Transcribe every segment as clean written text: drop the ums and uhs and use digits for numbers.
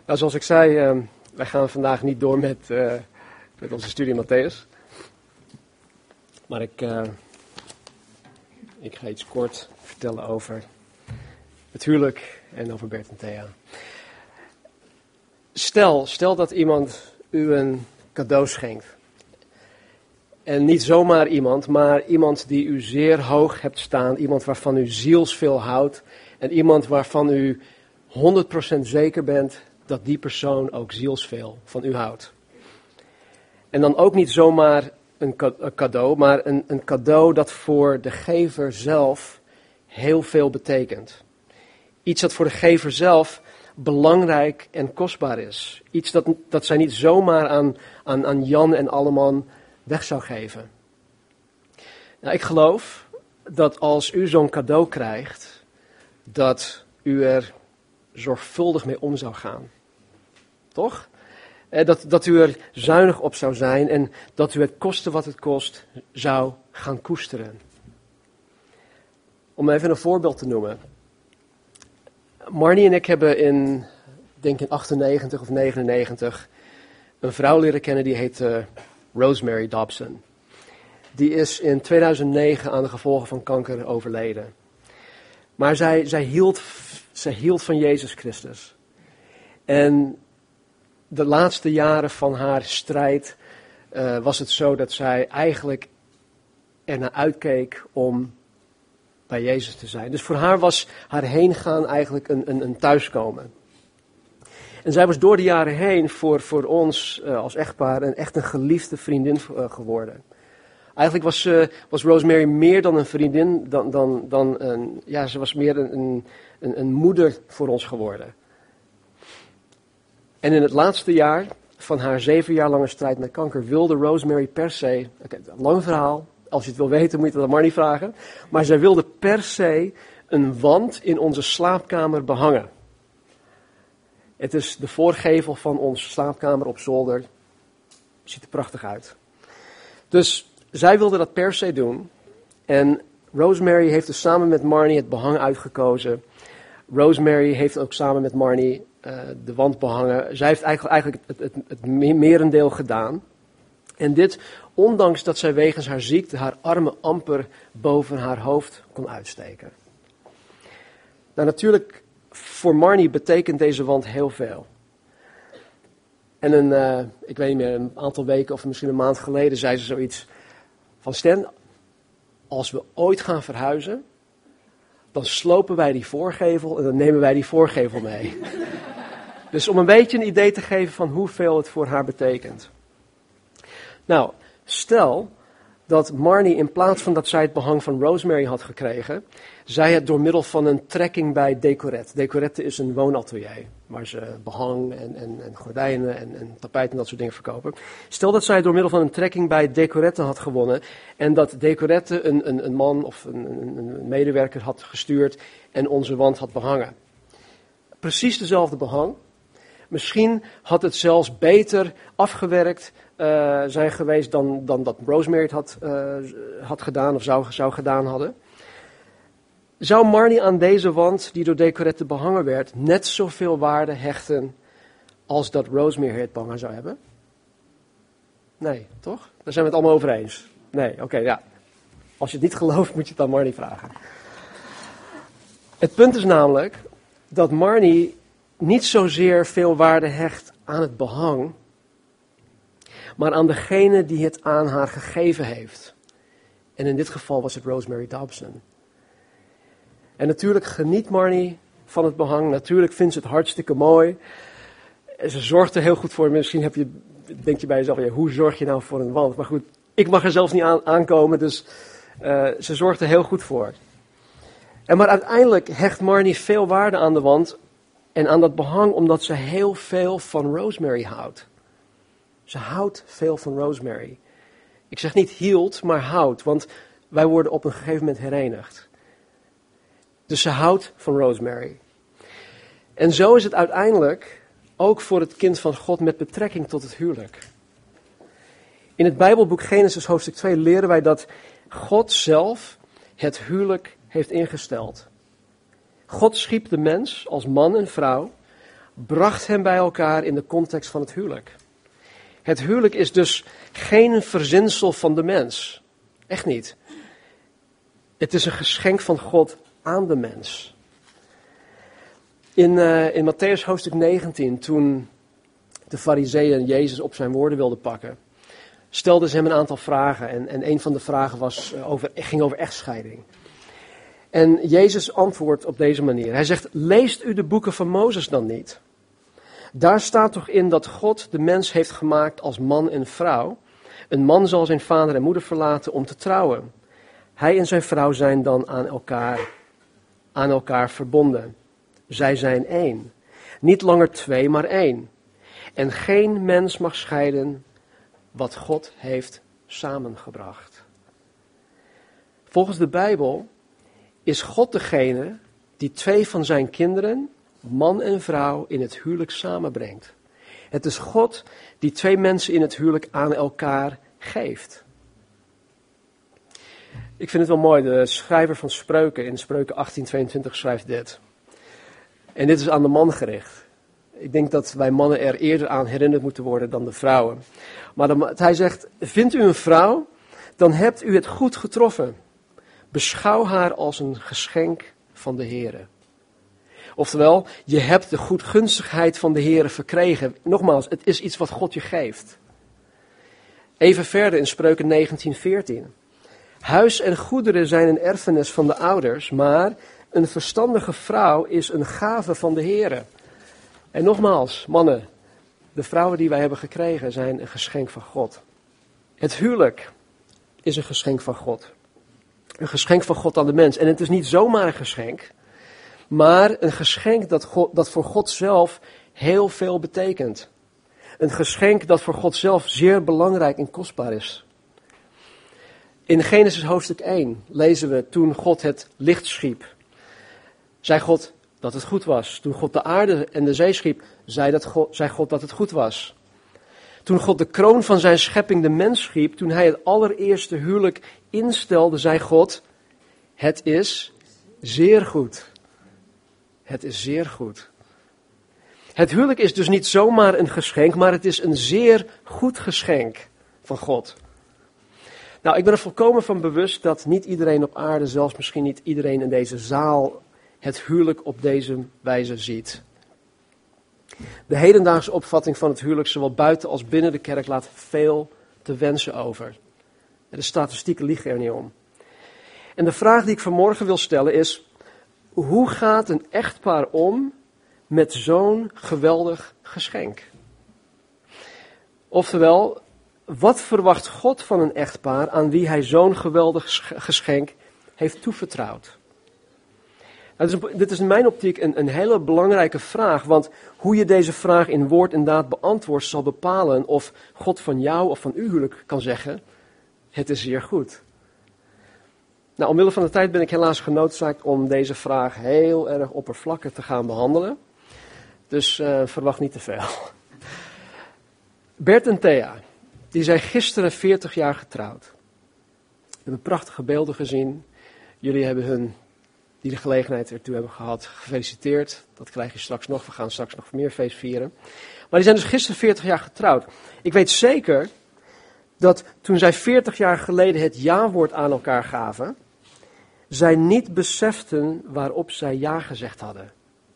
Nou, zoals ik zei, wij gaan vandaag niet door met onze studie Mattheüs. Maar ik ga iets kort vertellen over het huwelijk en over Bert en Thea. Stel dat iemand u een cadeau schenkt. En niet zomaar iemand, maar iemand die u zeer hoog hebt staan. Iemand waarvan u zielsveel houdt. En iemand waarvan u 100% zeker bent dat die persoon ook zielsveel van u houdt. En dan ook niet zomaar een cadeau, maar een cadeau dat voor de gever zelf heel veel betekent. Iets dat voor de gever zelf belangrijk en kostbaar is. Iets dat zij niet zomaar aan Jan en Alleman weg zou geven. Nou, ik geloof dat als u zo'n cadeau krijgt, dat u er zorgvuldig mee om zou gaan. Toch? Dat u er zuinig op zou zijn en dat u het koste wat het kost zou gaan koesteren. Om even een voorbeeld te noemen. Marnie en ik hebben in 98 of 99 een vrouw leren kennen die heet Rosemary Dobson. Die is in 2009 aan de gevolgen van kanker overleden. Maar zij hield van Jezus Christus. En de laatste jaren van haar strijd was het zo dat zij eigenlijk ernaar uitkeek om bij Jezus te zijn. Dus voor haar was haar heen gaan eigenlijk een thuiskomen. En zij was door de jaren heen voor ons als echtpaar echt een geliefde vriendin geworden. Eigenlijk was Rosemary meer dan een vriendin, ze was meer een moeder voor ons geworden. En in het laatste jaar van haar 7 jaar lange strijd met kanker wilde Rosemary per se, lang verhaal, als je het wil weten moet je het aan Marnie vragen, maar zij wilde per se een wand in onze slaapkamer behangen. Het is de voorgevel van onze slaapkamer op zolder. Ziet er prachtig uit. Dus zij wilde dat per se doen. En Rosemary heeft dus samen met Marnie het behang uitgekozen. Rosemary heeft ook samen met Marnie de wand behangen. Zij heeft eigenlijk het merendeel gedaan. En dit ondanks dat zij wegens haar ziekte haar armen amper boven haar hoofd kon uitsteken. Nou, natuurlijk, voor Marnie betekent deze wand heel veel. En ik weet niet meer, een aantal weken of misschien een maand geleden zei ze zoiets van: Stan, als we ooit gaan verhuizen, dan slopen wij die voorgevel en dan nemen wij die voorgevel mee. Dus om een beetje een idee te geven van hoeveel het voor haar betekent. Nou, stel dat Marnie in plaats van dat zij het behang van Rosemary had gekregen, zij het door middel van een trekking bij Decoret. Decoret is een woonatelier waar ze behang en gordijnen en tapijten en dat soort dingen verkopen. Stel dat zij het door middel van een trekking bij Decoret had gewonnen en dat Decoret een man of een medewerker had gestuurd en onze wand had behangen. Precies dezelfde behang. Misschien had het zelfs beter afgewerkt zijn geweest dan dat Rosemary het had gedaan of zou gedaan hadden. Zou Marnie aan deze wand die door Decorette behangen werd net zoveel waarde hechten als dat Rosemary het behangen zou hebben? Nee, toch? Daar zijn we het allemaal over eens. Nee, oké, ja. Als je het niet gelooft moet je het aan Marnie vragen. Het punt is namelijk dat Marnie niet zozeer veel waarde hecht aan het behang, maar aan degene die het aan haar gegeven heeft. En in dit geval was het Rosemary Dobson. En natuurlijk geniet Marnie van het behang. Natuurlijk vindt ze het hartstikke mooi. En ze zorgt er heel goed voor. Misschien denk je bij jezelf, ja, hoe zorg je nou voor een wand? Maar goed, ik mag er zelfs niet aankomen, dus ze zorgt er heel goed voor. Maar uiteindelijk hecht Marnie veel waarde aan de wand en aan dat behang, omdat ze heel veel van Rosemary houdt. Ze houdt veel van Rosemary. Ik zeg niet hield, maar houdt, want wij worden op een gegeven moment herenigd. Dus ze houdt van Rosemary. En zo is het uiteindelijk ook voor het kind van God met betrekking tot het huwelijk. In het Bijbelboek Genesis hoofdstuk 2 leren wij dat God zelf het huwelijk heeft ingesteld. God schiep de mens als man en vrouw bracht hen bij elkaar in de context van het huwelijk. Het huwelijk is dus geen verzinsel van de mens. Echt niet. Het is een geschenk van God aan de mens. In Mattheüs hoofdstuk 19, toen de Farizeeën Jezus op zijn woorden wilden pakken, stelden ze hem een aantal vragen. En een van de vragen ging over echtscheiding. En Jezus antwoordt op deze manier. Hij zegt, leest u de boeken van Mozes dan niet? Daar staat toch in dat God de mens heeft gemaakt als man en vrouw. Een man zal zijn vader en moeder verlaten om te trouwen. Hij en zijn vrouw zijn dan aan elkaar verbonden. Zij zijn één. Niet langer twee, maar één. En geen mens mag scheiden wat God heeft samengebracht. Volgens de Bijbel is God degene die twee van zijn kinderen, man en vrouw, in het huwelijk samenbrengt. Het is God die twee mensen in het huwelijk aan elkaar geeft. Ik vind het wel mooi, de schrijver van Spreuken in Spreuken 18:22 schrijft dit. En dit is aan de man gericht. Ik denk dat wij mannen er eerder aan herinnerd moeten worden dan de vrouwen. Maar hij zegt, vindt u een vrouw, dan hebt u het goed getroffen. Beschouw haar als een geschenk van de Heere. Oftewel, je hebt de goedgunstigheid van de Heere verkregen. Nogmaals, het is iets wat God je geeft. Even verder in Spreuken 19:14. Huis en goederen zijn een erfenis van de ouders, maar een verstandige vrouw is een gave van de Heere. En nogmaals, mannen, de vrouwen die wij hebben gekregen zijn een geschenk van God. Het huwelijk is een geschenk van God. Een geschenk van God aan de mens. En het is niet zomaar een geschenk, maar een geschenk dat voor God zelf heel veel betekent. Een geschenk dat voor God zelf zeer belangrijk en kostbaar is. In Genesis hoofdstuk 1 lezen we, toen God het licht schiep, zei God dat het goed was. Toen God de aarde en de zee schiep, zei God dat het goed was. Toen God de kroon van zijn schepping, de mens, schiep, toen hij het allereerste huwelijk instelde, zei God, het is zeer goed. Het is zeer goed. Het huwelijk is dus niet zomaar een geschenk, maar het is een zeer goed geschenk van God. Nou, ik ben er volkomen van bewust dat niet iedereen op aarde, zelfs misschien niet iedereen in deze zaal, het huwelijk op deze wijze ziet. De hedendaagse opvatting van het huwelijk, zowel buiten als binnen de kerk, laat veel te wensen over. De statistieken liegen er niet om. En de vraag die ik vanmorgen wil stellen is, hoe gaat een echtpaar om met zo'n geweldig geschenk? Oftewel, wat verwacht God van een echtpaar aan wie hij zo'n geweldig geschenk heeft toevertrouwd? Nou, dit is in mijn optiek een hele belangrijke vraag, want hoe je deze vraag in woord en daad beantwoordt zal bepalen of God van jou of van uw huwelijk kan zeggen, het is zeer goed. Nou, omwille van de tijd ben ik helaas genoodzaakt om deze vraag heel erg oppervlakkig te gaan behandelen, dus verwacht niet te veel. Bert en Thea, die zijn gisteren 40 jaar getrouwd. We hebben prachtige beelden gezien. Jullie hebben hun, die de gelegenheid ertoe hebben gehad, gefeliciteerd. Dat krijg je straks nog. We gaan straks nog meer feest vieren. Maar die zijn dus gisteren 40 jaar getrouwd. Ik weet zeker dat toen zij 40 jaar geleden het ja-woord aan elkaar gaven, zij niet beseften waarop zij ja gezegd hadden.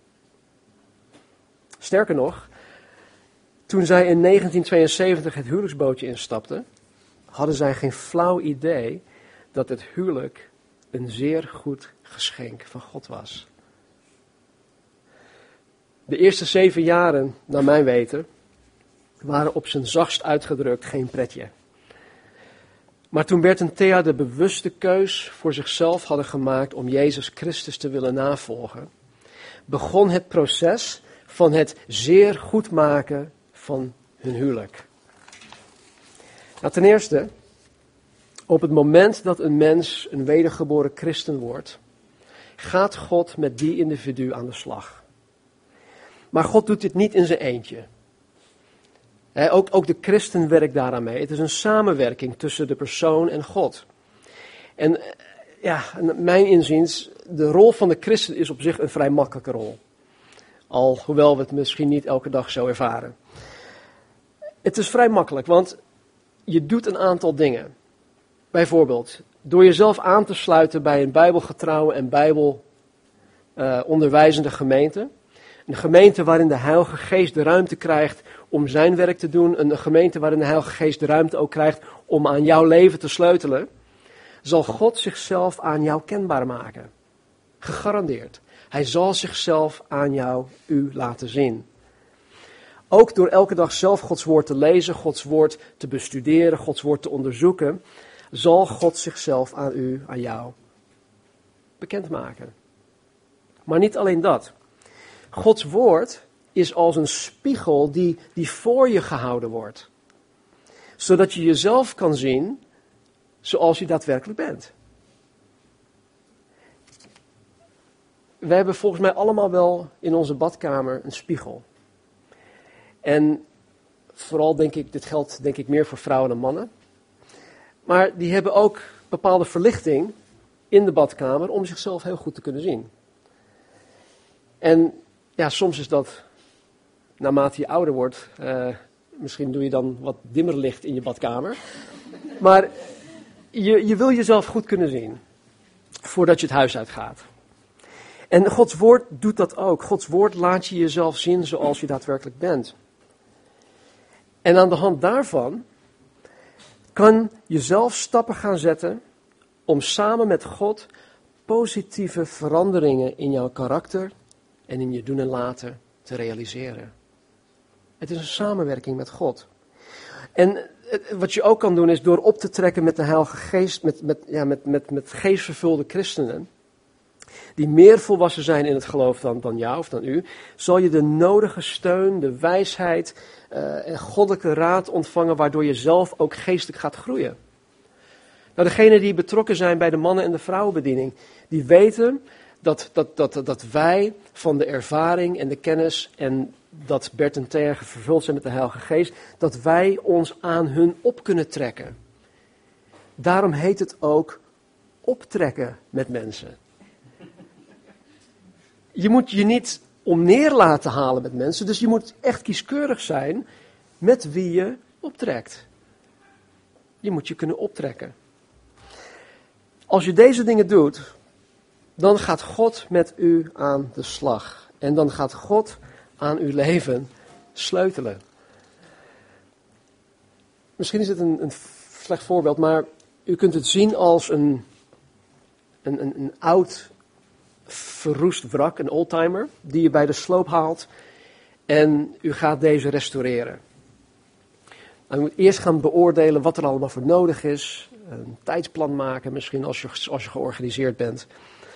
Sterker nog, toen zij in 1972 het huwelijksbootje instapten, hadden zij geen flauw idee dat het huwelijk een zeer goed geschenk van God was. De eerste 7 jaren, naar mijn weten, waren op zijn zachtst uitgedrukt geen pretje. Maar toen Bert en Thea de bewuste keus voor zichzelf hadden gemaakt om Jezus Christus te willen navolgen, begon het proces van het zeer goed maken van hun huwelijk. Nou, ten eerste, op het moment dat een mens een wedergeboren christen wordt, gaat God met die individu aan de slag. Maar God doet dit niet in zijn eentje. Ook de christen werkt daaraan mee. Het is een samenwerking tussen de persoon en God. En ja, mijn inziens, de rol van de christen is op zich een vrij makkelijke rol. Alhoewel we het misschien niet elke dag zo ervaren. Het is vrij makkelijk, want je doet een aantal dingen. Bijvoorbeeld, door jezelf aan te sluiten bij een bijbelgetrouwe en bijbelonderwijzende gemeente. Een gemeente waarin de Heilige Geest de ruimte krijgt om zijn werk te doen. Een gemeente waarin de Heilige Geest de ruimte ook krijgt om aan jouw leven te sleutelen. Zal God zichzelf aan jou kenbaar maken. Gegarandeerd. Hij zal zichzelf aan jou, u laten zien. Ook door elke dag zelf Gods woord te lezen, Gods woord te bestuderen, Gods woord te onderzoeken, zal God zichzelf aan u, aan jou bekendmaken. Maar niet alleen dat. Gods woord is als een spiegel die voor je gehouden wordt. Zodat je jezelf kan zien zoals je daadwerkelijk bent. We hebben volgens mij allemaal wel in onze badkamer een spiegel. En vooral dit geldt denk ik meer voor vrouwen dan mannen. Maar die hebben ook bepaalde verlichting in de badkamer om zichzelf heel goed te kunnen zien. En ja, soms is dat, naarmate je ouder wordt, misschien doe je dan wat dimmer licht in je badkamer. Maar je wil jezelf goed kunnen zien, voordat je het huis uitgaat. En Gods woord doet dat ook. Gods woord laat je jezelf zien zoals je daadwerkelijk bent. En aan de hand daarvan kan je zelf stappen gaan zetten om samen met God positieve veranderingen in jouw karakter en in je doen en laten te realiseren. Het is een samenwerking met God. En wat je ook kan doen is door op te trekken met de Heilige Geest, met geestvervulde christenen, die meer volwassen zijn in het geloof dan jou of dan u, zal je de nodige steun, de wijsheid en goddelijke raad ontvangen, waardoor je zelf ook geestelijk gaat groeien. Nou, degenen die betrokken zijn bij de mannen- en de vrouwenbediening, die weten dat wij van de ervaring en de kennis en dat Bert en Thea vervuld zijn met de Heilige Geest, dat wij ons aan hun op kunnen trekken. Daarom heet het ook optrekken met mensen. Je moet je niet om neer laten halen met mensen, dus je moet echt kieskeurig zijn met wie je optrekt. Je moet je kunnen optrekken. Als je deze dingen doet, dan gaat God met u aan de slag. En dan gaat God aan uw leven sleutelen. Misschien is het een slecht voorbeeld, maar u kunt het zien als een oud, verroest wrak, een oldtimer, die je bij de sloop haalt en u gaat deze restaureren. Nou, u moet eerst gaan beoordelen wat er allemaal voor nodig is, een tijdsplan maken misschien als je georganiseerd bent.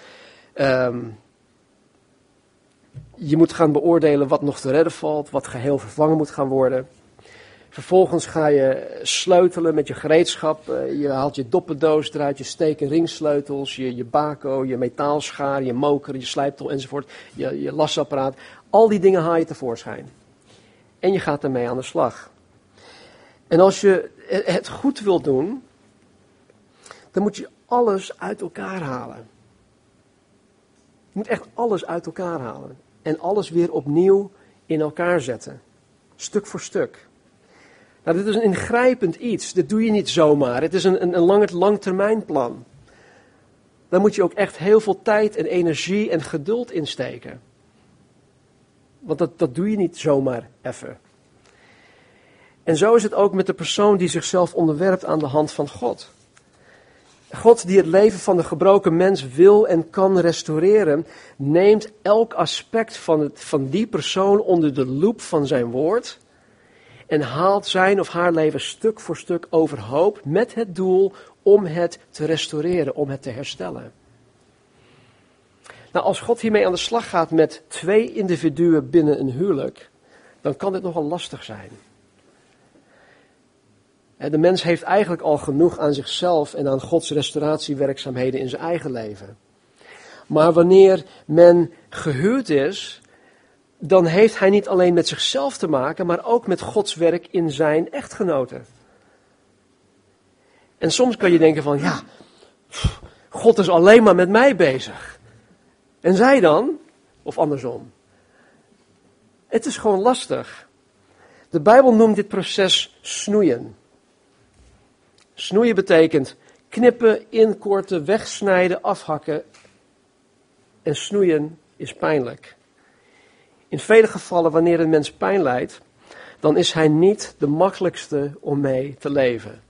Je moet gaan beoordelen wat nog te redden valt, wat geheel vervangen moet gaan worden. Vervolgens ga je sleutelen met je gereedschap. Je haalt je doppendoos eruit, je steek- en ringsleutels, je bako, je metaalschaar, je moker, je slijptol enzovoort, je lasapparaat. Al die dingen haal je tevoorschijn. En je gaat ermee aan de slag. En als je het goed wilt doen, dan moet je alles uit elkaar halen. Je moet echt alles uit elkaar halen. En alles weer opnieuw in elkaar zetten. Stuk voor stuk. Nou, dit is een ingrijpend iets. Dit doe je niet zomaar. Het is een langtermijnplan. Daar moet je ook echt heel veel tijd en energie en geduld in steken. Want dat doe je niet zomaar even. En zo is het ook met de persoon die zichzelf onderwerpt aan de hand van God. God die het leven van de gebroken mens wil en kan restaureren, neemt elk aspect van die persoon onder de loep van zijn woord en haalt zijn of haar leven stuk voor stuk overhoop met het doel om het te restaureren, om het te herstellen. Nou, als God hiermee aan de slag gaat met 2 individuen binnen een huwelijk, dan kan dit nogal lastig zijn. De mens heeft eigenlijk al genoeg aan zichzelf en aan Gods restauratiewerkzaamheden in zijn eigen leven. Maar wanneer men gehuwd is, dan heeft hij niet alleen met zichzelf te maken, maar ook met Gods werk in zijn echtgenote. En soms kan je denken van, ja, God is alleen maar met mij bezig. En zij dan? Of andersom. Het is gewoon lastig. De Bijbel noemt dit proces snoeien. Snoeien betekent knippen, inkorten, wegsnijden, afhakken. En snoeien is pijnlijk. In vele gevallen, wanneer een mens pijn lijdt, dan is hij niet de makkelijkste om mee te leven.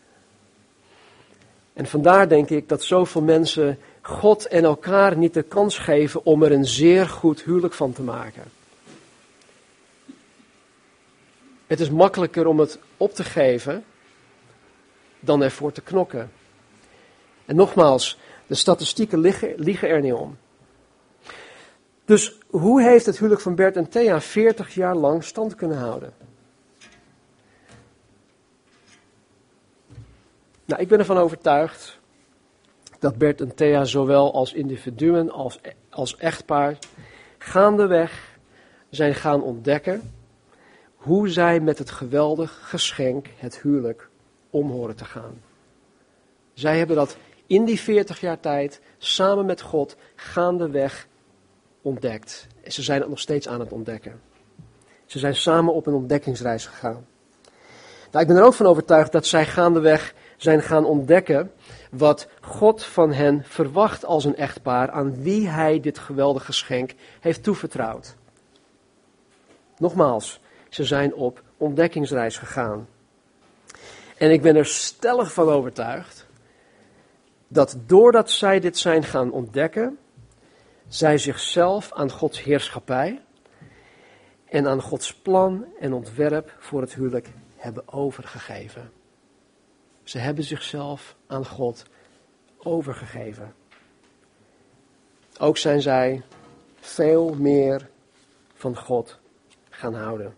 En vandaar denk ik dat zoveel mensen God en elkaar niet de kans geven om er een zeer goed huwelijk van te maken. Het is makkelijker om het op te geven dan ervoor te knokken. En nogmaals, de statistieken liegen er niet om. Dus hoe heeft het huwelijk van Bert en Thea 40 jaar lang stand kunnen houden? Nou, ik ben ervan overtuigd dat Bert en Thea zowel als individuen als echtpaar gaandeweg zijn gaan ontdekken hoe zij met het geweldig geschenk, het huwelijk, om horen te gaan. Zij hebben dat in die 40 jaar tijd samen met God gaandeweg ontdekt. En ze zijn het nog steeds aan het ontdekken. Ze zijn samen op een ontdekkingsreis gegaan. Nou, ik ben er ook van overtuigd dat zij gaandeweg zijn gaan ontdekken wat God van hen verwacht als een echtpaar aan wie hij dit geweldige geschenk heeft toevertrouwd. Nogmaals, ze zijn op ontdekkingsreis gegaan. En ik ben er stellig van overtuigd dat doordat zij dit zijn gaan ontdekken, zij zichzelf aan Gods heerschappij en aan Gods plan en ontwerp voor het huwelijk hebben overgegeven. Ze hebben zichzelf aan God overgegeven. Ook zijn zij veel meer van God gaan houden.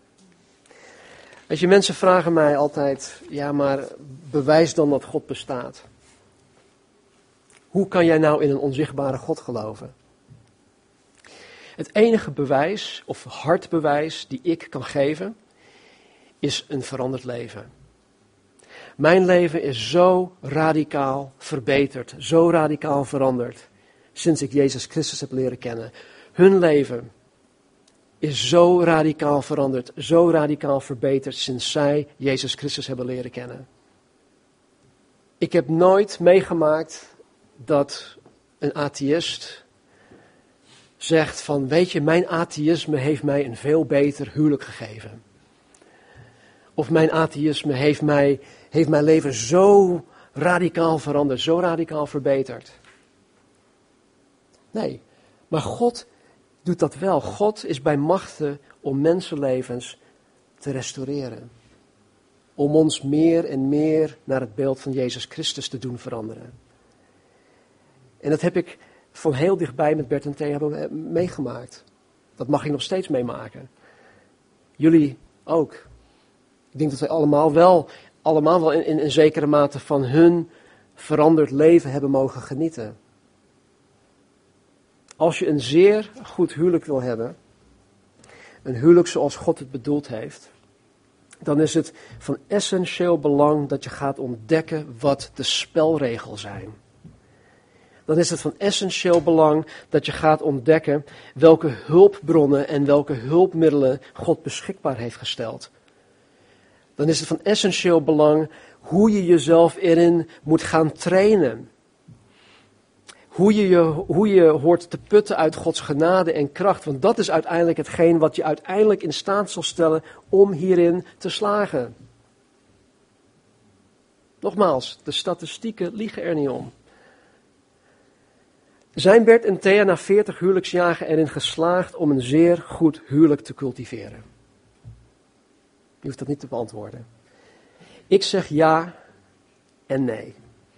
Als je mensen vragen mij altijd, ja maar bewijs dan dat God bestaat. Hoe kan jij nou in een onzichtbare God geloven? Het enige bewijs of hartbewijs die ik kan geven is een veranderd leven. Mijn leven is zo radicaal verbeterd, zo radicaal veranderd sinds ik Jezus Christus heb leren kennen. Hun leven is zo radicaal veranderd, zo radicaal verbeterd sinds zij Jezus Christus hebben leren kennen. Ik heb nooit meegemaakt dat een atheïst zegt van, weet je, mijn atheïsme heeft mij een veel beter huwelijk gegeven. Of mijn atheïsme heeft mijn leven zo radicaal veranderd, zo radicaal verbeterd. Nee, maar God doet dat wel. God is bij machte om mensenlevens te restaureren. Om ons meer en meer naar het beeld van Jezus Christus te doen veranderen. En dat heb ik van heel dichtbij met Bert en Thea meegemaakt. Dat mag ik nog steeds meemaken. Jullie ook. Ik denk dat wij allemaal wel in een zekere mate van hun veranderd leven hebben mogen genieten. Als je een zeer goed huwelijk wil hebben, een huwelijk zoals God het bedoeld heeft, dan is het van essentieel belang dat je gaat ontdekken wat de spelregels zijn. Dan is het van essentieel belang dat je gaat ontdekken welke hulpbronnen en welke hulpmiddelen God beschikbaar heeft gesteld. Dan is het van essentieel belang hoe je jezelf erin moet gaan trainen. Hoe je hoort te putten uit Gods genade en kracht. Want dat is uiteindelijk hetgeen wat je uiteindelijk in staat zal stellen om hierin te slagen. Nogmaals, de statistieken liegen er niet om. Zijn Bert en Thea na 40 huwelijksjaren erin geslaagd om een zeer goed huwelijk te cultiveren? Je hoeft dat niet te beantwoorden. Ik zeg ja en nee.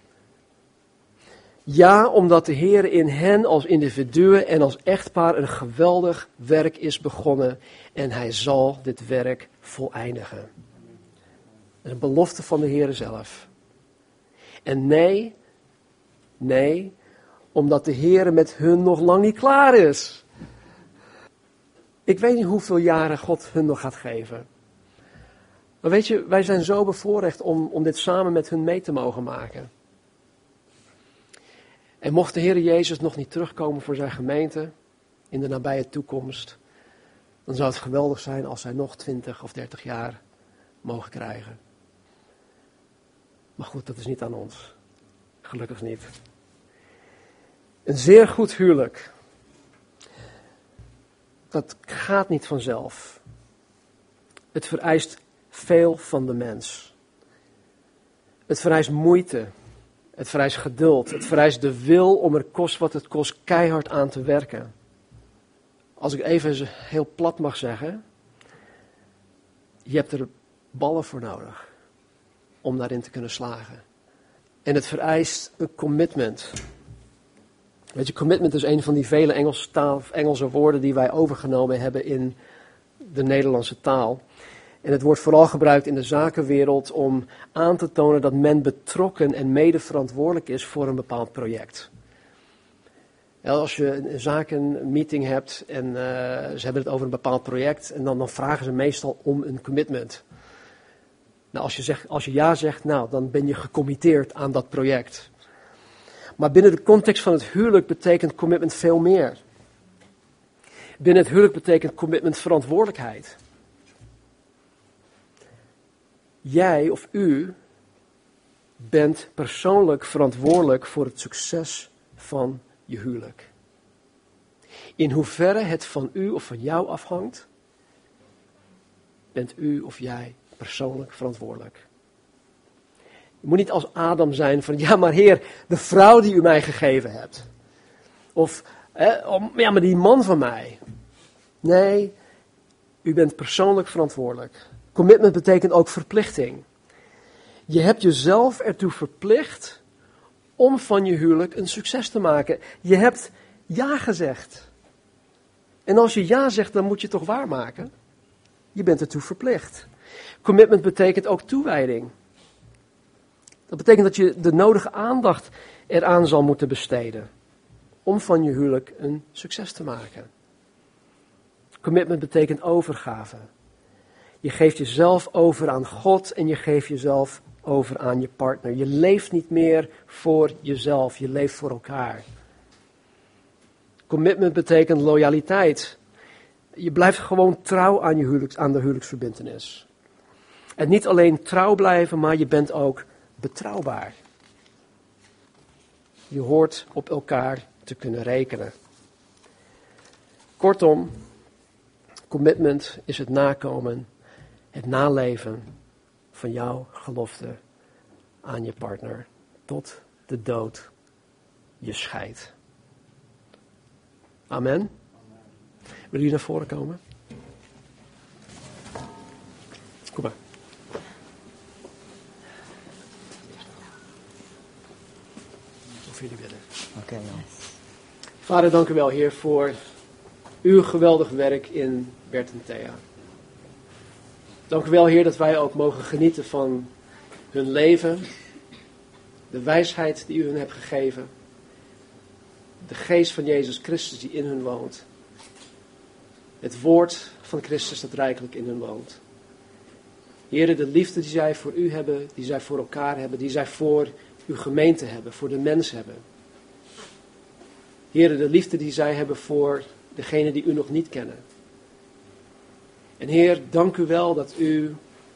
Ja, omdat de Heer in hen als individuen en als echtpaar een geweldig werk is begonnen en hij zal dit werk voleindigen. Dat is een belofte van de Heer zelf. En nee, omdat de Heer met hun nog lang niet klaar is. Ik weet niet hoeveel jaren God hun nog gaat geven. Maar weet je, wij zijn zo bevoorrecht om dit samen met hun mee te mogen maken. En mocht de Heer Jezus nog niet terugkomen voor zijn gemeente in de nabije toekomst, dan zou het geweldig zijn als zij nog 20 of 30 jaar mogen krijgen. Maar goed, dat is niet aan ons. Gelukkig niet. Een zeer goed huwelijk. Dat gaat niet vanzelf. Het vereist veel van de mens. Het vereist moeite. Het vereist geduld. Het vereist de wil om er kost wat het kost keihard aan te werken. Als ik even heel plat mag zeggen. Je hebt er ballen voor nodig. Om daarin te kunnen slagen. En het vereist een commitment. Weet je, commitment is een van die vele Engelse woorden die wij overgenomen hebben in de Nederlandse taal. En het wordt vooral gebruikt in de zakenwereld om aan te tonen dat men betrokken en mede verantwoordelijk is voor een bepaald project. Als je een zakenmeeting hebt en ze hebben het over een bepaald project en dan vragen ze meestal om een commitment. Nou, als je ja zegt, nou, dan ben je gecommitteerd aan dat project. Maar binnen de context van het huwelijk betekent commitment veel meer. Binnen het huwelijk betekent commitment verantwoordelijkheid. Jij of u bent persoonlijk verantwoordelijk voor het succes van je huwelijk. In hoeverre het van u of van jou afhangt, bent u of jij persoonlijk verantwoordelijk. Je moet niet als Adam zijn van, ja maar Heer, de vrouw die u mij gegeven hebt. Of, ja maar die man van mij. Nee, u bent persoonlijk verantwoordelijk. Commitment betekent ook verplichting. Je hebt jezelf ertoe verplicht om van je huwelijk een succes te maken. Je hebt ja gezegd. En als je ja zegt, dan moet je het toch waarmaken? Je bent ertoe verplicht. Commitment betekent ook toewijding. Dat betekent dat je de nodige aandacht eraan zal moeten besteden om van je huwelijk een succes te maken. Commitment betekent overgave. Je geeft jezelf over aan God en je geeft jezelf over aan je partner. Je leeft niet meer voor jezelf, je leeft voor elkaar. Commitment betekent loyaliteit. Je blijft gewoon trouw aan de huwelijksverbintenis. En niet alleen trouw blijven, maar je bent ook betrouwbaar. Je hoort op elkaar te kunnen rekenen. Kortom, commitment is het nakomen, het naleven van jouw gelofte aan je partner. Tot de dood je scheidt. Amen. Willen jullie naar voren komen? Kom maar. Of jullie willen. Oké. Vader, dank u wel, Heer, voor uw geweldig werk in Bert en Thea. Dank u wel, Heer, dat wij ook mogen genieten van hun leven, de wijsheid die u hun hebt gegeven, de geest van Jezus Christus die in hun woont, het woord van Christus dat rijkelijk in hun woont. Heer, de liefde die zij voor u hebben, die zij voor elkaar hebben, die zij voor uw gemeente hebben, voor de mens hebben. Heer, de liefde die zij hebben voor degenen die u nog niet kennen. En Heer, dank u wel dat u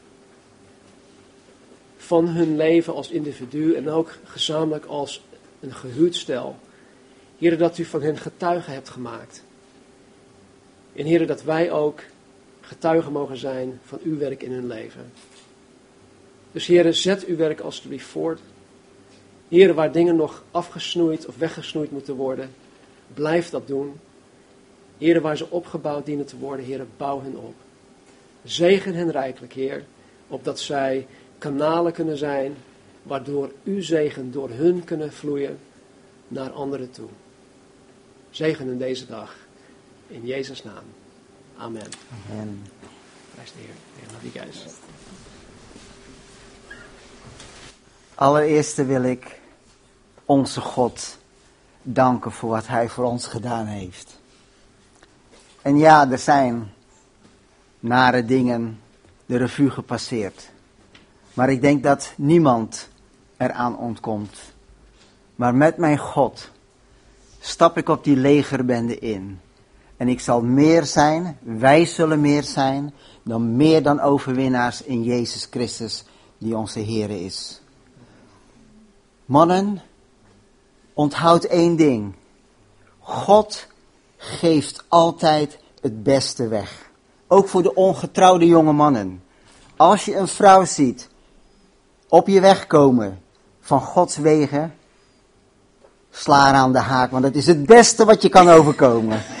van hun leven als individu en ook gezamenlijk als een gehuwd stel, Heer, dat u van hen getuigen hebt gemaakt. En Heer, dat wij ook getuigen mogen zijn van uw werk in hun leven. Dus Heer, zet uw werk alsjeblieft voort. Heer, waar dingen nog afgesnoeid of weggesnoeid moeten worden, blijf dat doen. Heer, waar ze opgebouwd dienen te worden, Heer, bouw hen op. Zegen hen rijkelijk, Heer, opdat zij kanalen kunnen zijn, waardoor uw zegen door hun kunnen vloeien naar anderen toe. Zegen in deze dag, in Jezus' naam. Amen. Amen. Prijs de Heer. Love you guys. Allereerst wil ik onze God danken voor wat hij voor ons gedaan heeft. En ja, er zijn nare dingen de revue gepasseerd. Maar ik denk dat niemand eraan ontkomt. Maar met mijn God stap ik op die legerbende in. En ik zal meer zijn, wij zullen meer dan overwinnaars in Jezus Christus, die onze Heer is. Mannen, onthoud één ding. God geeft altijd het beste weg. Ook voor de ongetrouwde jonge mannen. Als je een vrouw ziet op je weg komen van Gods wegen, sla haar aan de haak, want dat is het beste wat je kan overkomen.